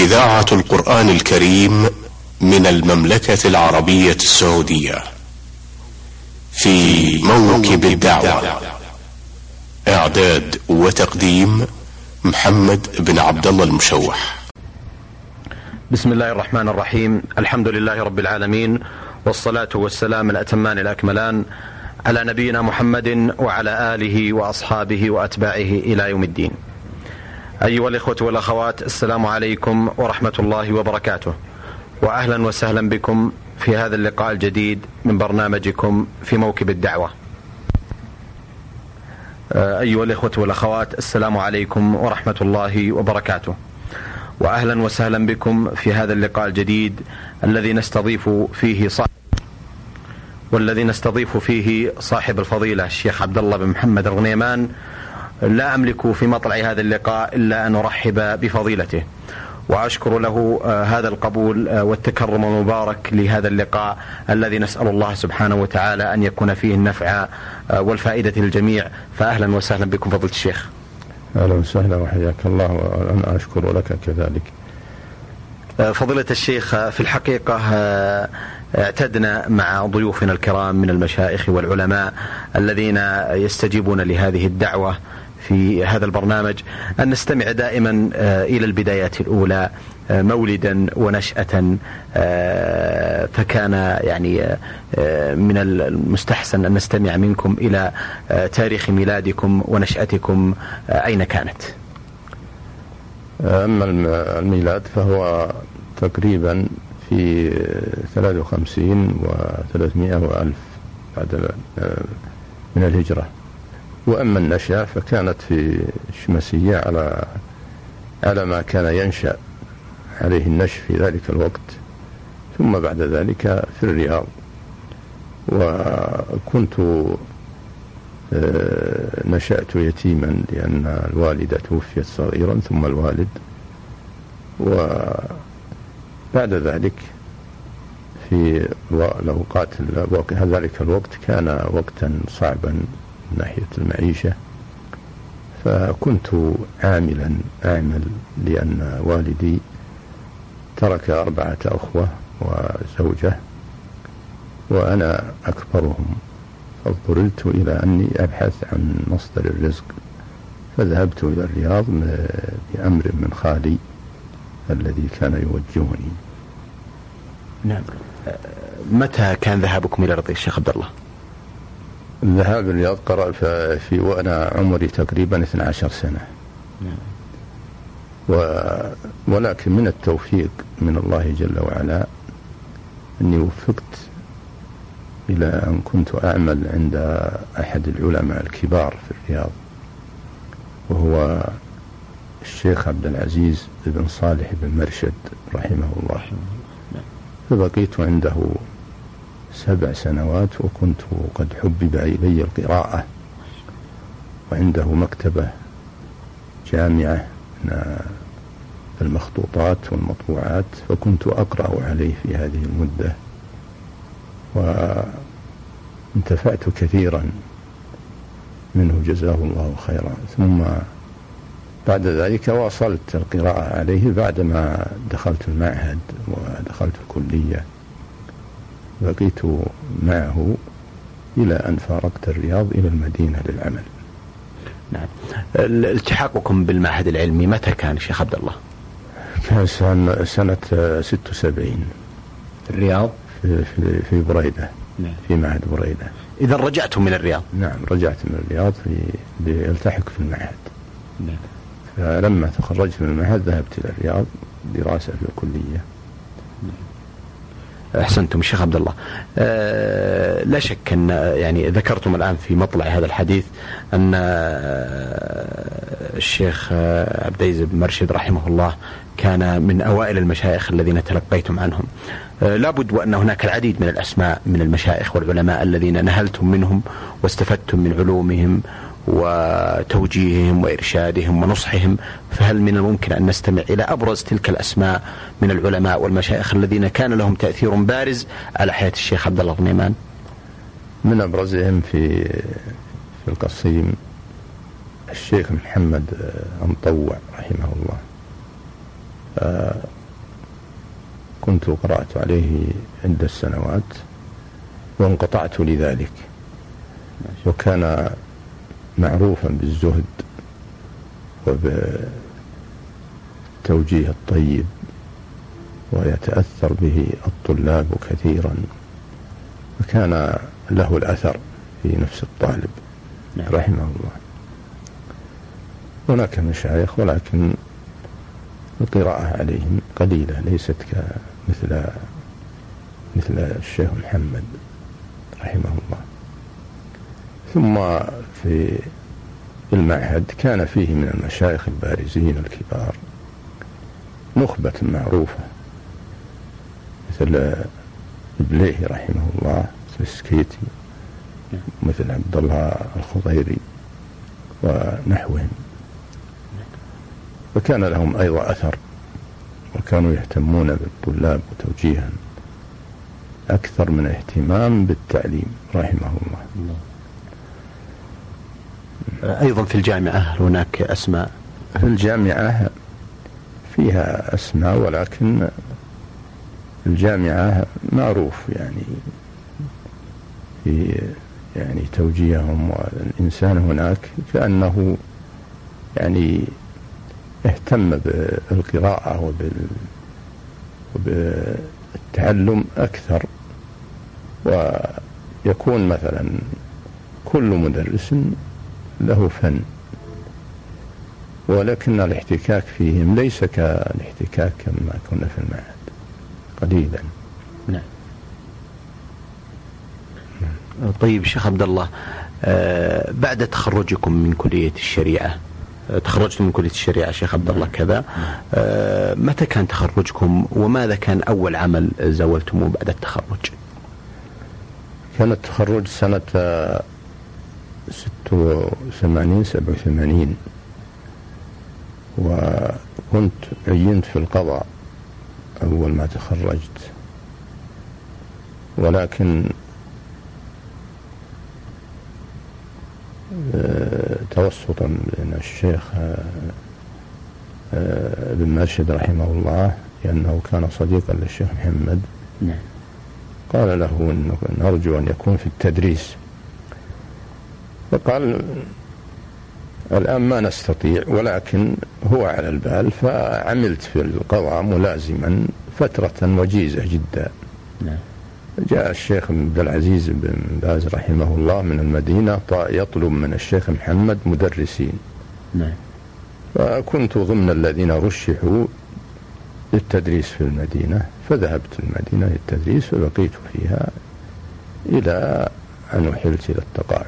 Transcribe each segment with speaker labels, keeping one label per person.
Speaker 1: إذاعة القرآن الكريم من المملكة العربية السعودية في موكب الدعوة. إعداد وتقديم محمد بن عبد الله المشوح.
Speaker 2: بسم الله الرحمن الرحيم. الحمد لله رب العالمين، والصلاة والسلام الأتمان الأكملان على نبينا محمد وعلى آله وأصحابه وأتباعه إلى يوم الدين. أيها الإخوة والأخوات، السلام عليكم ورحمة الله وبركاته، وأهلا وسهلا بكم في هذا اللقاء الجديد من برنامجكم في موكب الدعوة. أيها الإخوة والأخوات، السلام عليكم ورحمة الله وبركاته، وأهلا وسهلا بكم في هذا اللقاء الجديد الذي نستضيف فيه صاحب الفضيلة الشيخ عبد الله بن محمد الغنيمان. لا أملك في مطلع هذا اللقاء إلا أن أرحب بفضيلته وأشكر له هذا القبول والتكرم المبارك لهذا اللقاء الذي نسأل الله سبحانه وتعالى أن يكون فيه النفع والفائدة للجميع. فأهلا وسهلا بكم فضيلة الشيخ.
Speaker 3: أهلا وسهلا وحياك الله، وأنا أشكر لك كذلك.
Speaker 2: فضيلة الشيخ، في الحقيقة اعتدنا مع ضيوفنا الكرام من المشايخ والعلماء الذين يستجيبون لهذه الدعوة في هذا البرنامج أن نستمع دائما إلى البدايات الأولى مولدا ونشأة، فكان يعني من المستحسن أن نستمع منكم إلى تاريخ ميلادكم ونشأتكم، أين كانت؟
Speaker 3: أما الميلاد فهو تقريبا في 53 و300 وألف بعد من الهجرة. وأما النشأة فكانت في الشمسية على ما كان ينشأ عليه النشء في ذلك الوقت، ثم بعد ذلك في الرياض. وكنت نشأت يتيما لأن الوالدة توفيت صغيرا ثم الوالد، وبعد ذلك في الأوقات ذلك الوقت كان وقتا صعبا من ناحية المعيشة، فكنت أعمل لأن والدي ترك 4 أخوة وزوجة وأنا أكبرهم، فاضطررت إلى أني أبحث عن مصدر الرزق، فذهبت إلى الرياض بأمر من خالي الذي كان يوجهني.
Speaker 2: نعم. متى كان ذهابكم إلى الرياض الشيخ عبد الله؟
Speaker 3: الذهاب الرياض قرأ في وأنا عمري تقريبا 12 سنة. ولكن من التوفيق من الله جل وعلا أني وفقت إلى أن كنت أعمل عند أحد العلماء الكبار في الرياض، وهو الشيخ عبد العزيز بن صالح بن مرشد رحمه الله. فبقيت عنده 7 سنوات، وكنت قد حبب إلي القراءة، وعنده مكتبة جامعة من المخطوطات والمطبوعات، فكنت أقرأ عليه في هذه المدة وانتفعت كثيرا منه جزاه الله خيرا. ثم بعد ذلك واصلت القراءة عليه بعدما دخلت المعهد ودخلت الكلية، بقيت معه إلى أن فارقت الرياض إلى المدينة للعمل.
Speaker 2: نعم. التحاقكم بالمعهد العلمي متى كان شيخ عبد الله؟
Speaker 3: كان سنة 76
Speaker 2: في الرياض،
Speaker 3: في بريدة.
Speaker 2: نعم.
Speaker 3: في معهد بريدة.
Speaker 2: إذا رجعتم من الرياض؟
Speaker 3: نعم، رجعت من الرياض لألتحق في المعهد.
Speaker 2: نعم.
Speaker 3: فلما تخرجت من المعهد ذهبت إلى الرياض دراسة في الكلية.
Speaker 2: أحسنتم شيخ عبد الله. لا شك أن يعني ذكرتم الآن في مطلع هذا الحديث أن الشيخ عبد العزيز بن مرشد رحمه الله كان من أوائل المشايخ الذين تلقيتم عنهم. لابد وأن هناك العديد من الأسماء من المشايخ والعلماء الذين نهلتم منهم واستفدتم من علومهم وتوجيههم وإرشادهم ونصحهم، فهل من الممكن أن نستمع إلى أبرز تلك الأسماء من العلماء والمشايخ الذين كان لهم تأثير بارز على حياة الشيخ عبد الله الغنيمان؟
Speaker 3: من أبرزهم في القصيم الشيخ محمد المطوع رحمه الله، كنت قرأت عليه عدة سنوات وانقطعت لذلك، وكان معروفا بالزهد وبالتوجيه الطيب، ويتأثر به الطلاب كثيرا، وكان له الأثر في نفس الطالب رحمه الله. هناك مشايخ ولكن القراءة عليهم قليلة، ليست مثل الشيخ محمد رحمه الله. ثم في المعهد كان فيه من المشايخ البارزين الكبار نخبة معروفة، مثل البليهي رحمه الله، مثل السكيتي، مثل عبد الله الخضيري ونحوهم، وكان لهم أيضا أثر، وكانوا يهتمون بالطلاب وتوجيها أكثر من اهتمام بالتعليم رحمه الله.
Speaker 2: أيضا في الجامعة هناك أسماء؟
Speaker 3: في الجامعة فيها أسماء، ولكن الجامعة معروف في توجيههم، والإنسان هناك كأنه اهتم بالقراءة وبالتعلم أكثر، ويكون مثلا كل مدرس له فن، ولكن الاحتكاك فيهم ليس كالاحتكاك كما كنا في المعهد، قليلا.
Speaker 2: نعم. طيب شيخ عبد الله، بعد تخرجكم من كلية الشريعة، تخرجتم من كلية الشريعة شيخ عبد الله كذا، متى كان تخرجكم وماذا كان أول عمل زاولتموه بعد التخرج؟
Speaker 3: كان التخرج سنة 86 وكنت عينت في القضاء أول ما تخرجت، ولكن توسطا من الشيخ ابن مرشد رحمه الله، لأنه كان صديقا للشيخ محمد، قال له إنه نرجو أن يكون في التدريس، فقال الآن ما نستطيع، ولكن هو على البال. فعملت في القضاء ملازما فترة وجيزة جدا. جاء الشيخ عبد العزيز بن باز رحمه الله من المدينة يطلب من الشيخ محمد مدرسين، فكنت ضمن الذين رشحوا للتدريس في المدينة، فذهبت المدينة للتدريس فبقيت فيها إلى أن أحلت إلى التقاعد.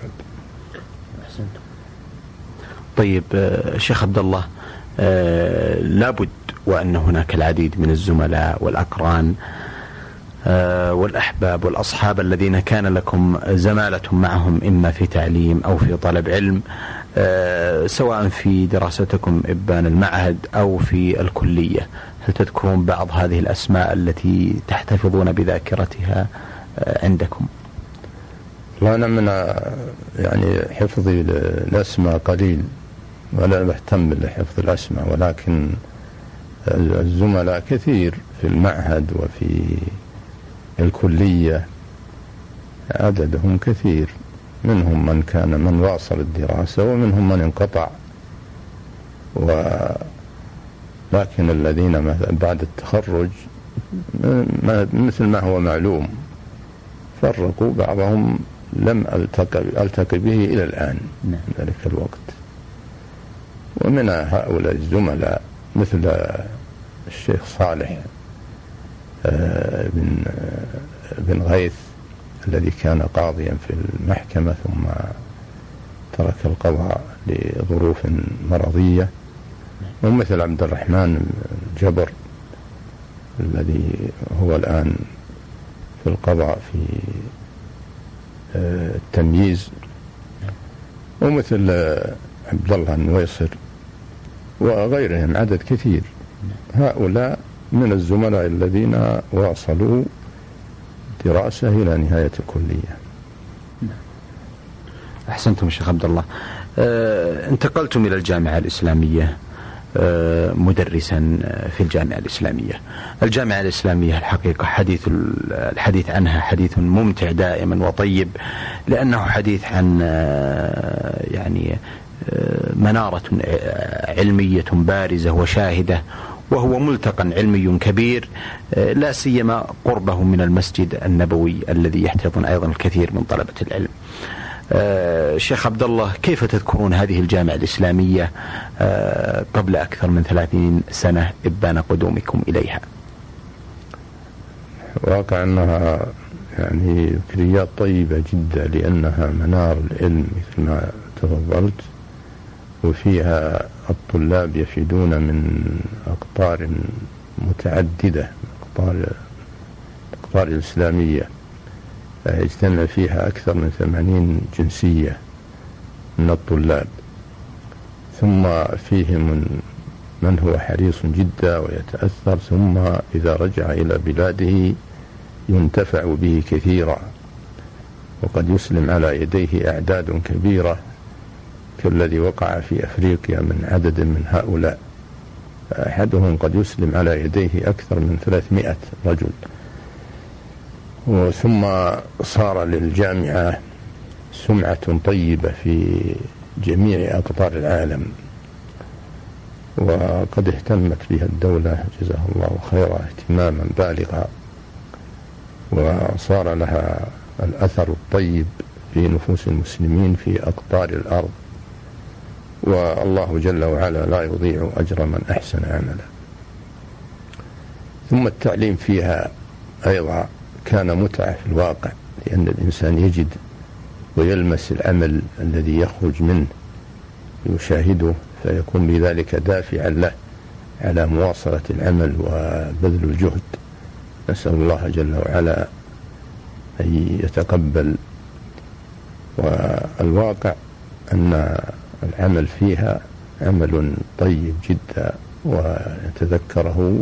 Speaker 2: طيب شيخ عبد الله، لابد وأن هناك العديد من الزملاء والأقران والأحباب والأصحاب الذين كان لكم زمالة معهم إما في تعليم أو في طلب علم، سواء في دراستكم إبان المعهد أو في الكلية. هل تذكرون بعض هذه الأسماء التي تحتفظون بذاكرتها عندكم؟
Speaker 3: أنا من حفظي الأسماء قليل، ولا بهتم بحفظ الأسماء، ولكن الزملاء كثير في المعهد وفي الكلية، عددهم كثير، منهم من واصل الدراسة ومنهم من انقطع، لكن الذين بعد التخرج مثل ما هو معلوم فرقوا، بعضهم لم ألتقي به إلى الآن ذلك الوقت. ومن هؤلاء الزملاء مثل الشيخ صالح بن غيث الذي كان قاضيا في المحكمة ثم ترك القضاء لظروف مرضية، ومثل عبد الرحمن الجبر الذي هو الآن في القضاء في التمييز، ومثل عبد الله النويصر وغيرهم، عدد كثير. هؤلاء من الزملاء الذين واصلوا دراسة إلى نهاية الكلية.
Speaker 2: أحسنتم شيخ عبد الله. انتقلتم إلى الجامعة الإسلامية، مدرسا في الجامعة الإسلامية. الجامعة الإسلامية الحقيقة الحديث عنها حديث ممتع دائما وطيب، لأنه حديث عن يعني منارة علمية بارزة وشاهدة، وهو ملتقى علمي كبير، لا سيما قربه من المسجد النبوي الذي يحتضن أيضا الكثير من طلبة العلم. شيخ عبد الله، كيف تذكرون هذه الجامعة الإسلامية قبل أكثر من 30 سنة إبان قدومكم إليها؟
Speaker 3: واقع أنها يعني ذكريات طيبة جدا، لأنها منار العلم مثل ما تفضلت، وفيها الطلاب يفيدون من أقطار متعددة، أقطار الإسلامية، يجتمع فيها أكثر من 80 جنسية من الطلاب، ثم فيهم من هو حريص جدا ويتأثر، ثم إذا رجع إلى بلاده ينتفع به كثيرا، وقد يسلم على يديه أعداد كبيرة كالذي وقع في أفريقيا من عدد من هؤلاء، أحدهم قد يسلم على يديه أكثر من 300 رجل. ثم صار للجامعة سمعة طيبة في جميع أقطار العالم، وقد اهتمت بها الدولة جزاها الله خيرا اهتماما بالغا، وصار لها الأثر الطيب في نفوس المسلمين في أقطار الأرض، والله جل وعلا لا يضيع أجر من أحسن عملا. ثم التعليم فيها أيضا كان متعة في الواقع، لأن الإنسان يجد ويلمس العمل الذي يخرج منه يشاهده، فيكون بذلك دافعا له على مواصلة العمل وبذل الجهد. نسأل الله جل وعلا أن يتقبل. والواقع أن العمل فيها عمل طيب جدا، ونتذكره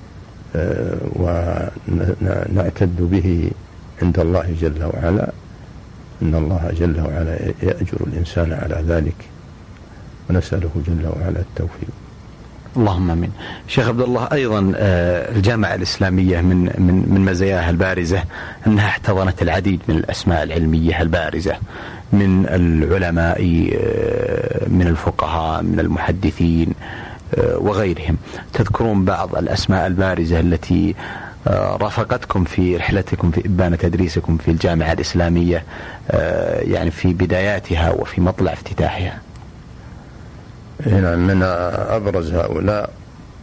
Speaker 3: ونعتد به عند الله جل وعلا، إن الله جل وعلا يأجر الإنسان على ذلك، ونسأله جل وعلا التوفيق.
Speaker 2: اللهم آمين. شيخ عبد الله، أيضا الجامعة الإسلامية من مزاياها البارزة أنها احتضنت العديد من الأسماء العلمية البارزة من العلماء، من الفقهاء، من المحدثين وغيرهم. تذكرون بعض الأسماء البارزة التي رافقتكم في رحلتكم في إبان تدريسكم في الجامعة الإسلامية، يعني في بداياتها وفي مطلع افتتاحها؟
Speaker 3: هنا من أبرز هؤلاء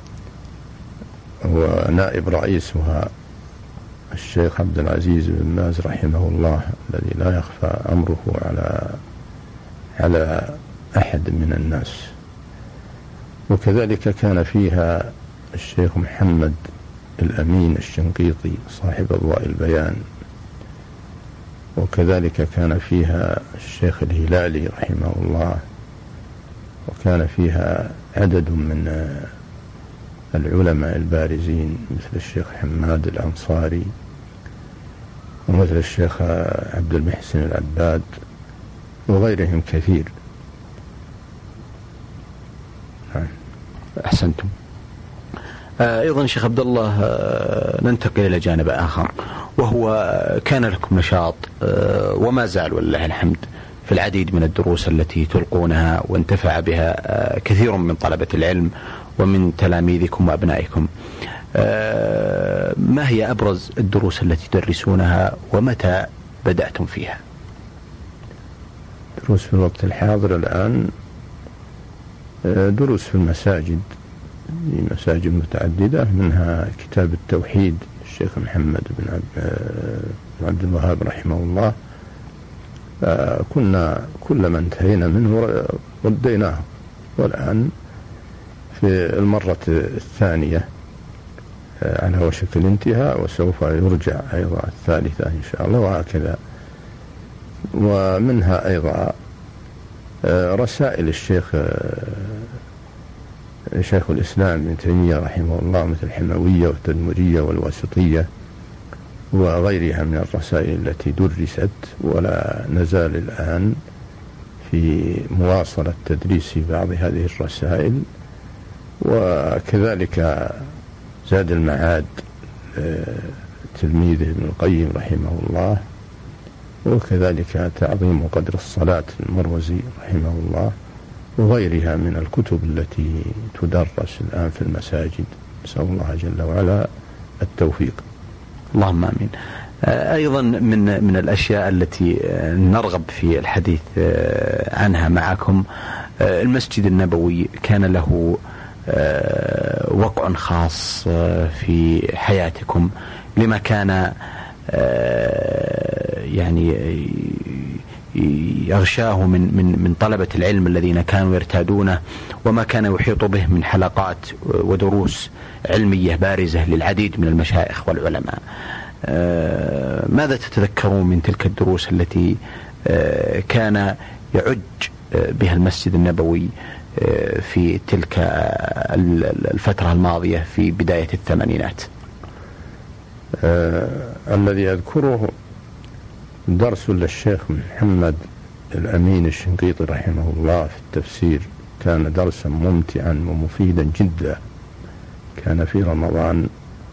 Speaker 3: هو نائب رئيسها الشيخ عبد العزيز بن باز رحمه الله، الذي لا يخفى أمره على أحد من الناس. وكذلك كان فيها الشيخ محمد الأمين الشنقيطي صاحب أضواء البيان، وكذلك كان فيها الشيخ الهلالي رحمه الله، وكان فيها عدد من العلماء البارزين مثل الشيخ حماد الأنصاري، ومثل الشيخ عبد المحسن العباد، وغيرهم كثير.
Speaker 2: أحسنتم. أيضا شيخ عبد الله، ننتقل إلى جانب آخر، وهو كان لكم نشاط وما زال ولله الحمد في العديد من الدروس التي تلقونها، وانتفع بها كثير من طلبة العلم ومن تلاميذكم وأبنائكم. ما هي أبرز الدروس التي تدرسونها، ومتى بدأتم فيها؟
Speaker 3: دروس في الوقت الحاضر الآن دروس في المساجد، في مساجد متعددة، منها كتاب التوحيد الشيخ محمد بن عبد الوهاب رحمه الله. كنا كلما انتهينا منه رديناه، والآن في المرة الثانية على وشك الانتهاء، وسوف يرجع أيضا الثالثة إن شاء الله، وهكذا. ومنها أيضا رسائل شيخ الإسلام ابن تيمية رحمه الله، مثل الحموية والتدمرية والواسطية وغيرها من الرسائل التي درست، ولا نزال الآن في مواصلة تدريس بعض هذه الرسائل، وكذلك زاد المعاد تلميذه ابن القيم رحمه الله، وكذلك تعظيم قدر الصلاة المروزي رحمه الله، وغيرها من الكتب التي تدرس الآن في المساجد. نسأل الله جل وعلا التوفيق.
Speaker 2: اللهم آمين. أيضا من الأشياء التي نرغب في الحديث عنها معكم، المسجد النبوي كان له وقع خاص في حياتكم، لما كان يعني يغشاه من طلبة العلم الذين كانوا يرتادونه، وما كان يحيط به من حلقات ودروس علمية بارزة للعديد من المشايخ والعلماء. ماذا تتذكرون من تلك الدروس التي كان يعج بها المسجد النبوي في تلك الفترة الماضية في بداية الثمانينات؟
Speaker 3: الذي أذكره درس للشيخ محمد الأمين الشنقيطي رحمه الله في التفسير، كان درسا ممتعا ومفيدا جدا، كان في رمضان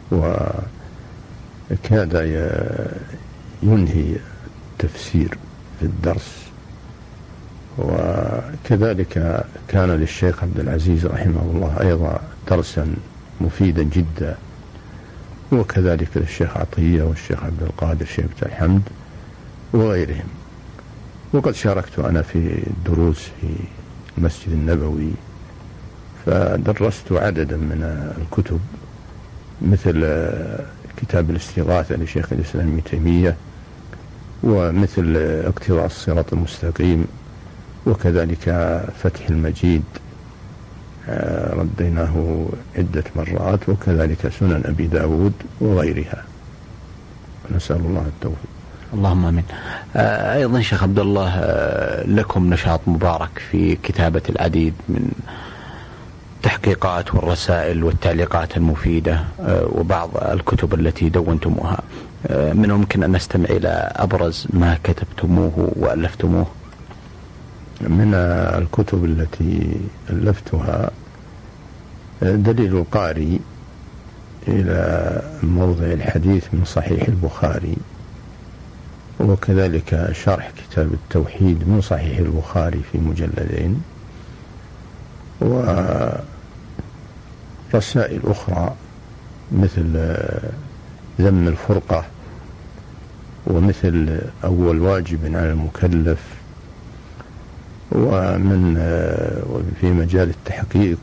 Speaker 3: وكاد ينهي التفسير في الدرس. وكذلك كان للشيخ عبد العزيز رحمه الله أيضا درسا مفيدا جدا، وكذلك للشيخ عطية والشيخ عبد القادر شيبة الحمد وغيرهم. وقد شاركت أنا في الدروس في المسجد النبوي، فدرست عددا من الكتب مثل كتاب الاستغاثة لشيخ الإسلام ابن تيمية، ومثل اقتضاء الصراط المستقيم، وكذلك فتح المجيد رديناه عدة مرات، وكذلك سنن أبي داود وغيرها. نسأل الله التوفيق.
Speaker 2: اللهم آمين. أيضا شيخ عبد الله، لكم نشاط مبارك في كتابة العديد من التحقيقات والرسائل والتعليقات المفيدة، وبعض الكتب التي دونتموها، من ممكن أن نستمع إلى أبرز ما كتبتموه وألفتموه؟
Speaker 3: من الكتب التي ألفتها دليل القاري إلى موضع الحديث من صحيح البخاري، وكذلك شرح كتاب التوحيد من صحيح البخاري في مجلدين، ورسائل أخرى مثل ذم الفرقة، ومثل أول واجب على المكلف، وفي مجال التحقيق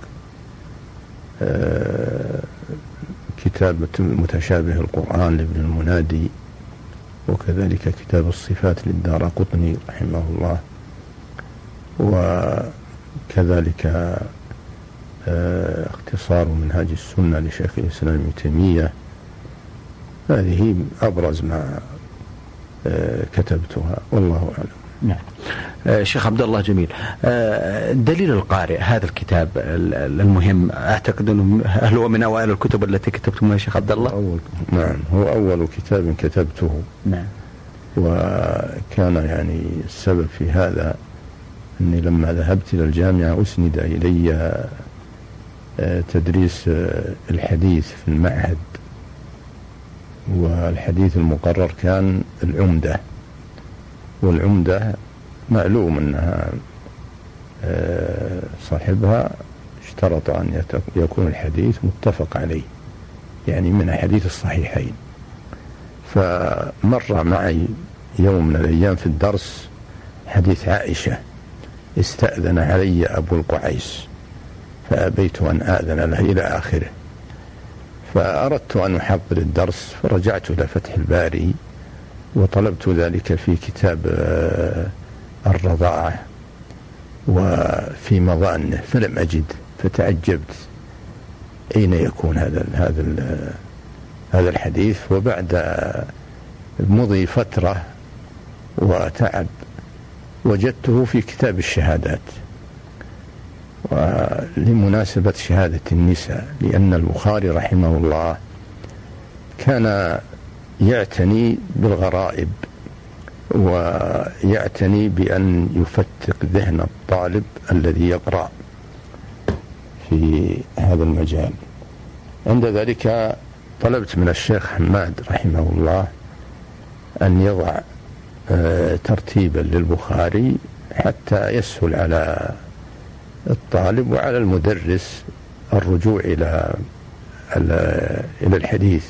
Speaker 3: كتابة متشابه القرآن لابن المنادي، وكذلك كتاب الصفات للدارقطني رحمه الله، وكذلك اختصار منهاج السنة لشيخ الإسلام ابن تيمية. هذه أبرز ما كتبتها، والله أعلم.
Speaker 2: نعم. شيخ عبد الله، جميل. دليل القارئ، هذا الكتاب المهم، أعتقد أنه هل هو من أوائل الكتب التي كتبتموها يا شيخ عبد الله؟
Speaker 3: نعم، هو أول كتاب كتبته.
Speaker 2: نعم.
Speaker 3: وكان يعني السبب في هذا أني لما ذهبت إلى الجامعة أسند إلي تدريس الحديث في المعهد، والحديث المقرر كان العمدة، والعمدة معلوم أنها صاحبها اشترط أن يكون الحديث متفق عليه، يعني من حديث الصحيحين. فمر معي يوم من الأيام في الدرس حديث عائشة، استأذن علي أبو القعيس فأبيت أن آذن له إلى آخره، فأردت أن أحضر الدرس، فرجعت إلى فتح الباري وطلبت ذلك في كتاب الرضاعة وفي مظانه فلم أجد، فتعجبت أين يكون هذا الحديث. وبعد مضي فترة وتعب وجدته في كتاب الشهادات، ولمناسبة شهادة النساء، لأن البخاري رحمه الله كان يعتني بالغرائب، ويعتني بأن يفتق ذهن الطالب الذي يقرأ في هذا المجال. عند ذلك طلبت من الشيخ حماد رحمه الله أن يضع ترتيبا للبخاري حتى يسهل على الطالب وعلى المدرس الرجوع إلى الحديث،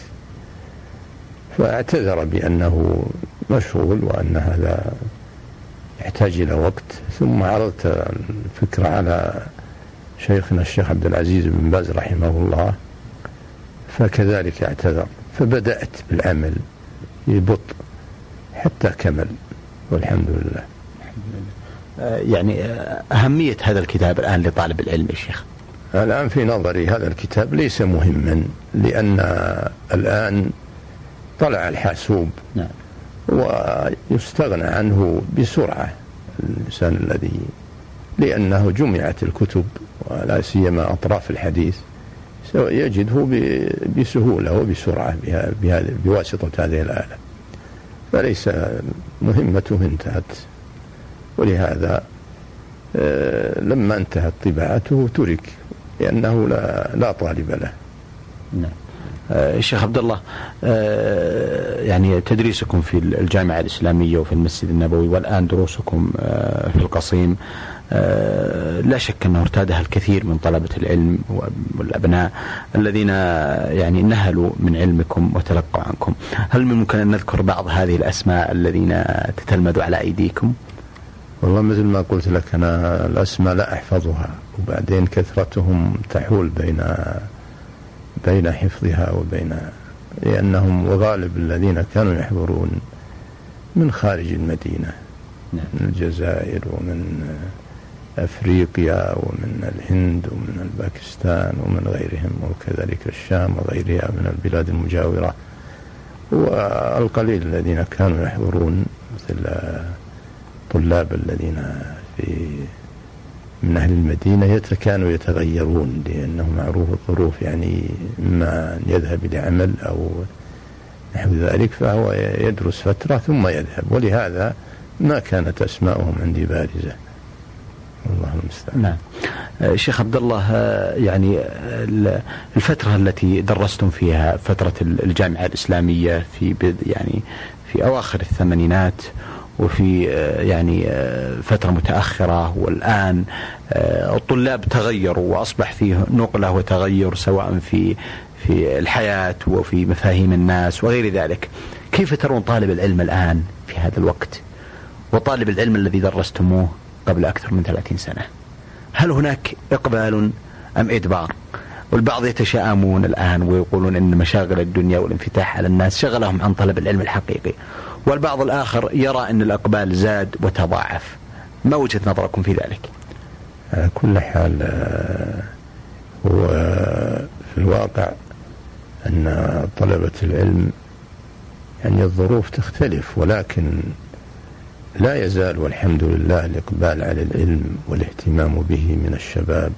Speaker 3: فاعتذر بأنه مشغول وأن هذا يحتاج إلى وقت. ثم عرضت الفكرة على شيخنا الشيخ عبد العزيز بن باز رحمه الله، فكذلك اعتذر، فبدأت بالعمل ببطء حتى كمل والحمد لله.
Speaker 2: يعني أهمية هذا الكتاب الآن لطالب العلم يا شيخ؟
Speaker 3: الآن في نظري هذا الكتاب ليس مهما، لأن الآن طلع الحاسوب ويستغنى عنه بسرعة الإنسان الذي، لأنه جمعت الكتب ولا سيما أطراف الحديث يجده بسهولة وبسرعة بواسطة هذه الآلة، فليس مهمته انتهت. ولهذا لما انتهت طباعته ترك لأنه لا طالب له.
Speaker 2: نعم. الشيخ عبد الله، يعني تدريسكم في الجامعة الإسلامية وفي المسجد النبوي والآن دروسكم في القصيم لا شك أنه ارتادها الكثير من طلبة العلم والأبناء الذين يعني نهلوا من علمكم وتلقوا عنكم. هل ممكن أن نذكر بعض هذه الأسماء الذين تتلمذوا على أيديكم؟
Speaker 3: والله مثل ما قلت لك أنا الأسماء لا أحفظها، وبعدين كثرتهم تحول بين حفظها وبين، لأنهم وغالب الذين كانوا يحضرون من خارج المدينة، من الجزائر ومن أفريقيا ومن الهند ومن الباكستان ومن غيرهم، وكذلك الشام وغيرها من البلاد المجاورة. والقليل الذين كانوا يحضرون مثل الطلاب الذين من أهل المدينة كانوا يتغيرون، لأنه معروف الظروف، يعني إما أن يذهب لعمل أو نحو ذلك، فهو يدرس فترة ثم يذهب، ولهذا ما كانت أسماءهم عندي بارزة، والله المستعان.
Speaker 2: نعم. شيخ عبد الله، يعني الفترة التي درستم فيها فترة الجامعة الإسلامية في أواخر الثمانينات وفي يعني فترة متأخرة، والآن الطلاب تغيروا وأصبح فيه نقلة وتغير سواء في الحياة وفي مفاهيم الناس وغير ذلك. كيف ترون طالب العلم الآن في هذا الوقت وطالب العلم الذي درستموه قبل أكثر من 30 سنة؟ هل هناك إقبال أم إدبار؟ والبعض يتشائمون الآن ويقولون إن مشاغل الدنيا والانفتاح على الناس شغلهم عن طلب العلم الحقيقي، والبعض الآخر يرى أن الإقبال زاد وتضاعف. ما وجهة نظركم في ذلك؟
Speaker 3: على كل حال هو في الواقع أن طلبة العلم يعني الظروف تختلف، ولكن لا يزال والحمد لله الإقبال على العلم والاهتمام به من الشباب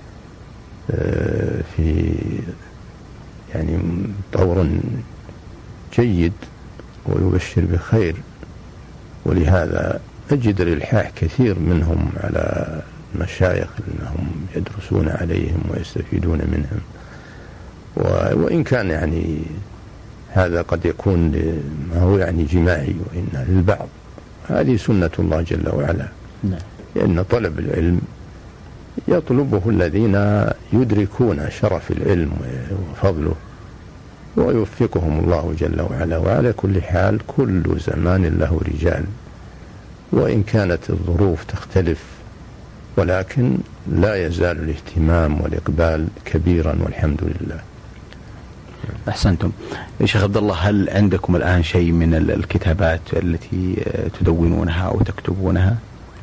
Speaker 3: في يعني طور جيد ويبشر بخير. ولهذا أجد الإلحاح كثير منهم على المشايخ أنهم يدرسون عليهم ويستفيدون منهم، وإن كان يعني هذا قد يكون ما هو يعني جماعي وإن للبعض، هذه سنة الله جل وعلا. لأن طلب العلم يطلبه الذين يدركون شرف العلم وفضله ويوفقهم الله جل وعلا. وعلى كل حال كل زمان له رجال، وإن كانت الظروف تختلف، ولكن لا يزال الاهتمام والإقبال كبيرا والحمد لله.
Speaker 2: أحسنتم. شيخ عبد الله، هل عندكم الآن شيء من الكتابات التي تدونونها أو تكتبونها؟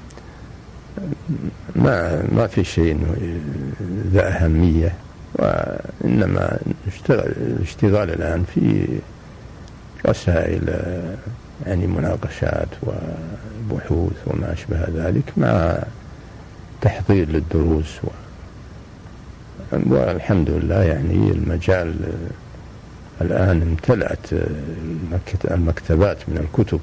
Speaker 3: ما في شيء ذا أهمية، وإنما اشتغال الآن في رسائل يعني مناقشات وبحوث وما أشبه ذلك، مع تحضير للدروس والحمد لله يعني المجال الآن امتلأت المكتبات من الكتب،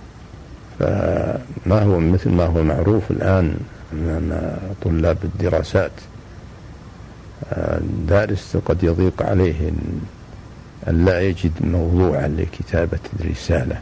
Speaker 3: فما هو مثل ما هو معروف الآن أمام طلاب الدراسات الدارس قد يضيق عليه أن لا يجد موضوعا لكتابة الرسالة.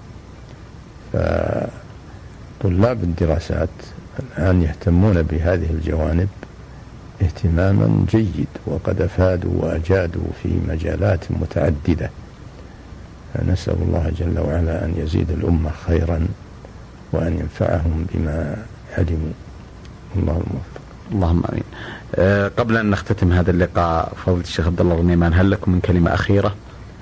Speaker 3: فطلاب الدراسات الآن يهتمون بهذه الجوانب اهتماما جيد، وقد أفادوا وأجادوا في مجالات متعددة. نسأل الله جل وعلا أن يزيد الأمة خيرا وأن ينفعهم بما علموا. الله الموفق.
Speaker 2: اللهم آمين. قبل أن نختتم هذا اللقاء فضيلة الشيخ عبد الله الغنيمان، هل لكم من كلمة أخيرة؟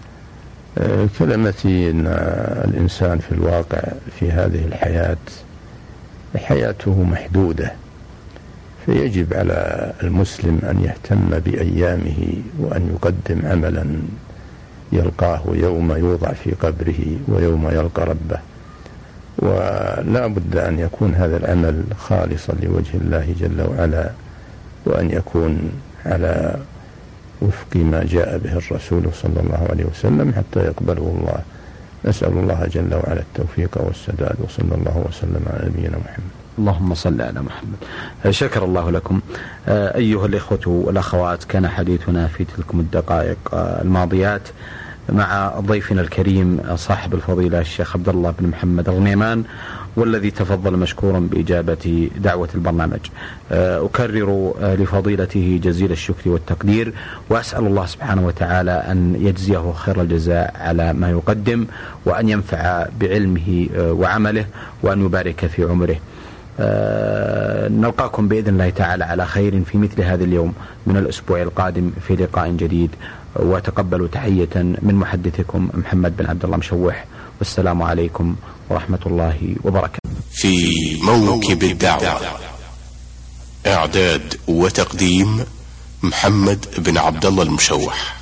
Speaker 3: كلمتي أن الإنسان في الواقع في هذه الحياة حياته محدودة، فيجب على المسلم أن يهتم بأيامه وأن يقدم عملا يلقاه يوم يوضع في قبره ويوم يلقى ربه، ولا بد أن يكون هذا العمل خالصا لوجه الله جل وعلا، وأن يكون على وفق ما جاء به الرسول صلى الله عليه وسلم حتى يقبله الله. نسأل الله جل وعلا التوفيق والسداد، وصلى الله وسلم على نبينا محمد.
Speaker 2: اللهم صل على محمد. شكر الله لكم. أيها الإخوة والأخوات، كان حديثنا في تلكم الدقائق الماضيات مع ضيفنا الكريم صاحب الفضيلة الشيخ عبد الله بن محمد الغنيمان، والذي تفضل مشكورا بإجابة دعوة البرنامج. أكرر لفضيلته جزيل الشكر والتقدير، وأسأل الله سبحانه وتعالى أن يجزيه خير الجزاء على ما يقدم، وأن ينفع بعلمه وعمله، وأن يبارك في عمره. نلقاكم بإذن الله تعالى على خير في مثل هذا اليوم من الأسبوع القادم في لقاء جديد، وتقبلوا تحية من محدثكم محمد بن عبد الله مشوح، والسلام عليكم ورحمة الله وبركاته.
Speaker 1: في موكب الدعوة، إعداد وتقديم محمد بن عبد الله المشوح.